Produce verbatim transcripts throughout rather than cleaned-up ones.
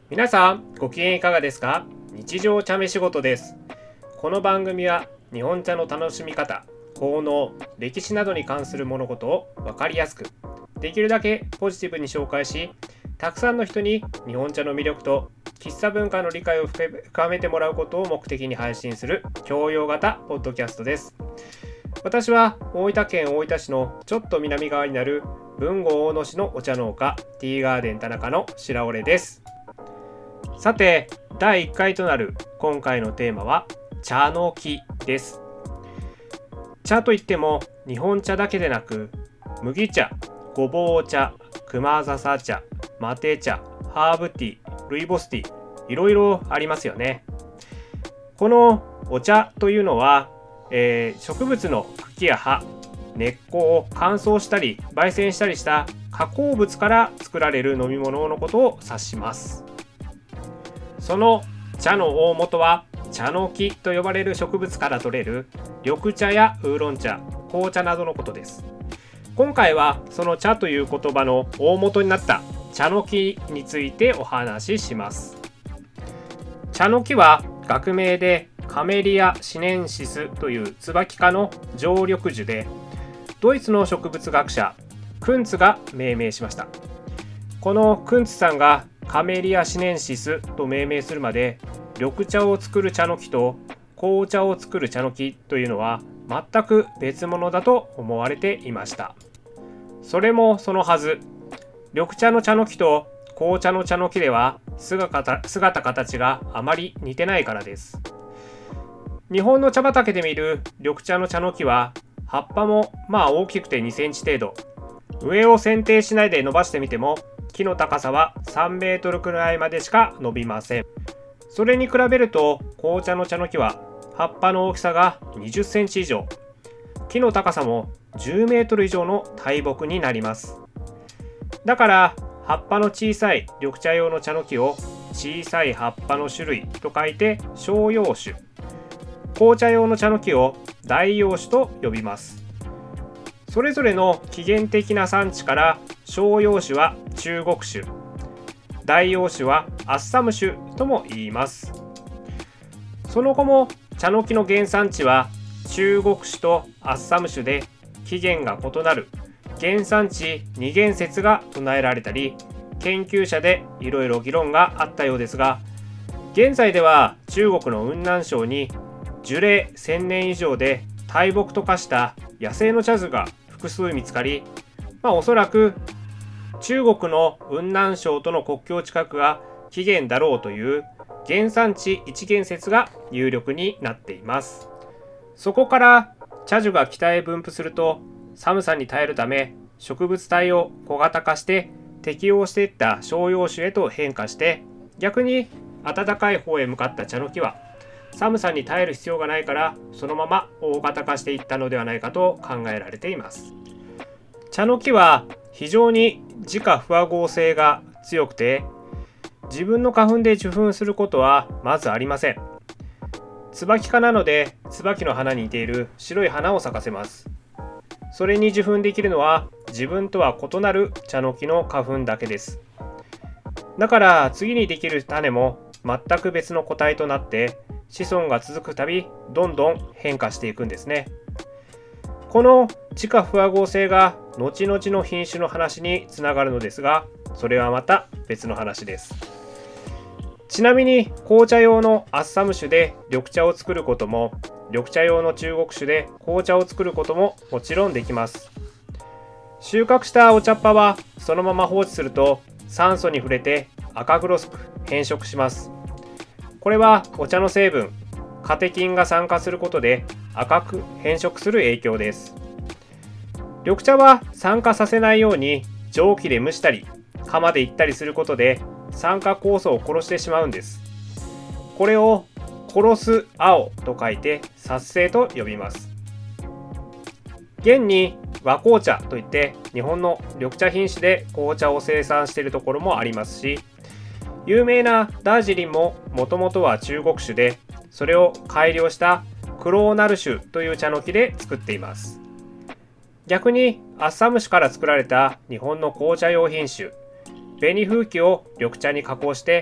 皆さんご機嫌いかがですか？日常茶目仕事です。この番組は日本茶の楽しみ方、効能、歴史などに関する物事を分かりやすく、できるだけポジティブに紹介し、たくさんの人に日本茶の魅力と喫茶文化の理解を深めてもらうことを目的に配信する教養型ポッドキャストです。私は大分県大分市のちょっと南側になる豊後大野市のお茶農家ティーガーデン田中の白折です。さて、だいいっかいとなる今回のテーマは茶の木です。茶といっても日本茶だけでなく、麦茶、ごぼう茶、熊笹茶、マテ茶、ハーブティー、ルイボスティー、いろいろありますよね。このお茶というのは、えー、植物の茎や葉、根っこを乾燥したり焙煎したりした加工物から作られる飲み物のことを指します。その茶の大元は茶の木と呼ばれる植物から取れる緑茶やウーロン茶、紅茶などのことです。今回はその茶という言葉の大元になった茶の木についてお話しします。茶の木は学名でカメリア・シネンシスという椿科の常緑樹で、ドイツの植物学者クンツが命名しました。このクンツさんがカメリア・シネンシスと命名するまで、緑茶を作る茶の木と紅茶を作る茶の木というのは全く別物だと思われていました。それもそのはず、緑茶の茶の木と紅茶の茶の木では姿、姿形があまり似てないからです。日本の茶畑で見る緑茶の茶の木は葉っぱもまあ大きくてにセンチ程度、上を剪定しないで伸ばしてみても木の高さはさんメートルくらいまでしか伸びません。それに比べると紅茶の茶の木は葉っぱの大きさがにじゅっセンチ以上、木の高さもじゅうメートル以上の大木になります。だから葉っぱの小さい緑茶用の茶の木を小さい葉っぱの種類と書いて小葉種、紅茶用の茶の木を大葉種と呼びます。それぞれの起源的な産地から小葉種は中国種、大葉種はアッサム種とも言います。その後も茶の木の原産地は中国種とアッサム種で起源が異なる原産地二元説が唱えられたり、研究者でいろいろ議論があったようですが、現在では中国の雲南省に樹齢せんねん以上で大木と化した野生の茶樹が複数見つかり、まあ、おそらく中国の雲南省との国境近くが起源だろうという原産地一元説が有力になっています。そこから茶樹が北へ分布すると、寒さに耐えるため植物体を小型化して適応していった小葉種へと変化して、逆に暖かい方へ向かった茶の木は寒さに耐える必要がないからそのまま大型化していったのではないかと考えられています。茶の木は非常に自家不和合性が強くて、自分の花粉で受粉することはまずありません。椿科なので椿の花に似ている白い花を咲かせます。それに受粉できるのは自分とは異なる茶の木の花粉だけです。だから次にできる種も全く別の個体となって、子孫が続くたびどんどん変化していくんですね。この自家不和合性が後々の品種の話につながるのですが、それはまた別の話です。ちなみに紅茶用のアッサム種で緑茶を作ることも、緑茶用の中国種で紅茶を作ることももちろんできます。収穫したお茶っ葉はそのまま放置すると酸素に触れて赤黒く変色します。これはお茶の成分カテキンが酸化することで赤く変色する影響です。緑茶は酸化させないように蒸気で蒸したり釜でいったりすることで酸化酵素を殺してしまうんです。これを殺す青と書いて殺生と呼びます。現に和紅茶といって日本の緑茶品種で紅茶を生産しているところもありますし、有名なダージリンももともとは中国種で、それを改良したクローナル種という茶の木で作っています。逆にアッサム種から作られた日本の紅茶用品種紅風紀を緑茶に加工して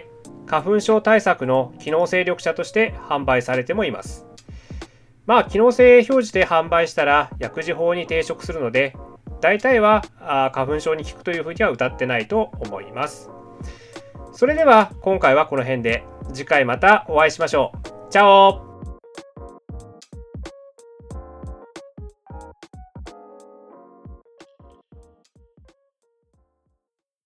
花粉症対策の機能性緑茶として販売されてもいます。まあ機能性表示で販売したら薬事法に抵触するので、大体はあ花粉症に効くというふうには謳ってないと思います。それでは今回はこの辺で、次回またお会いしましょう。チャオ。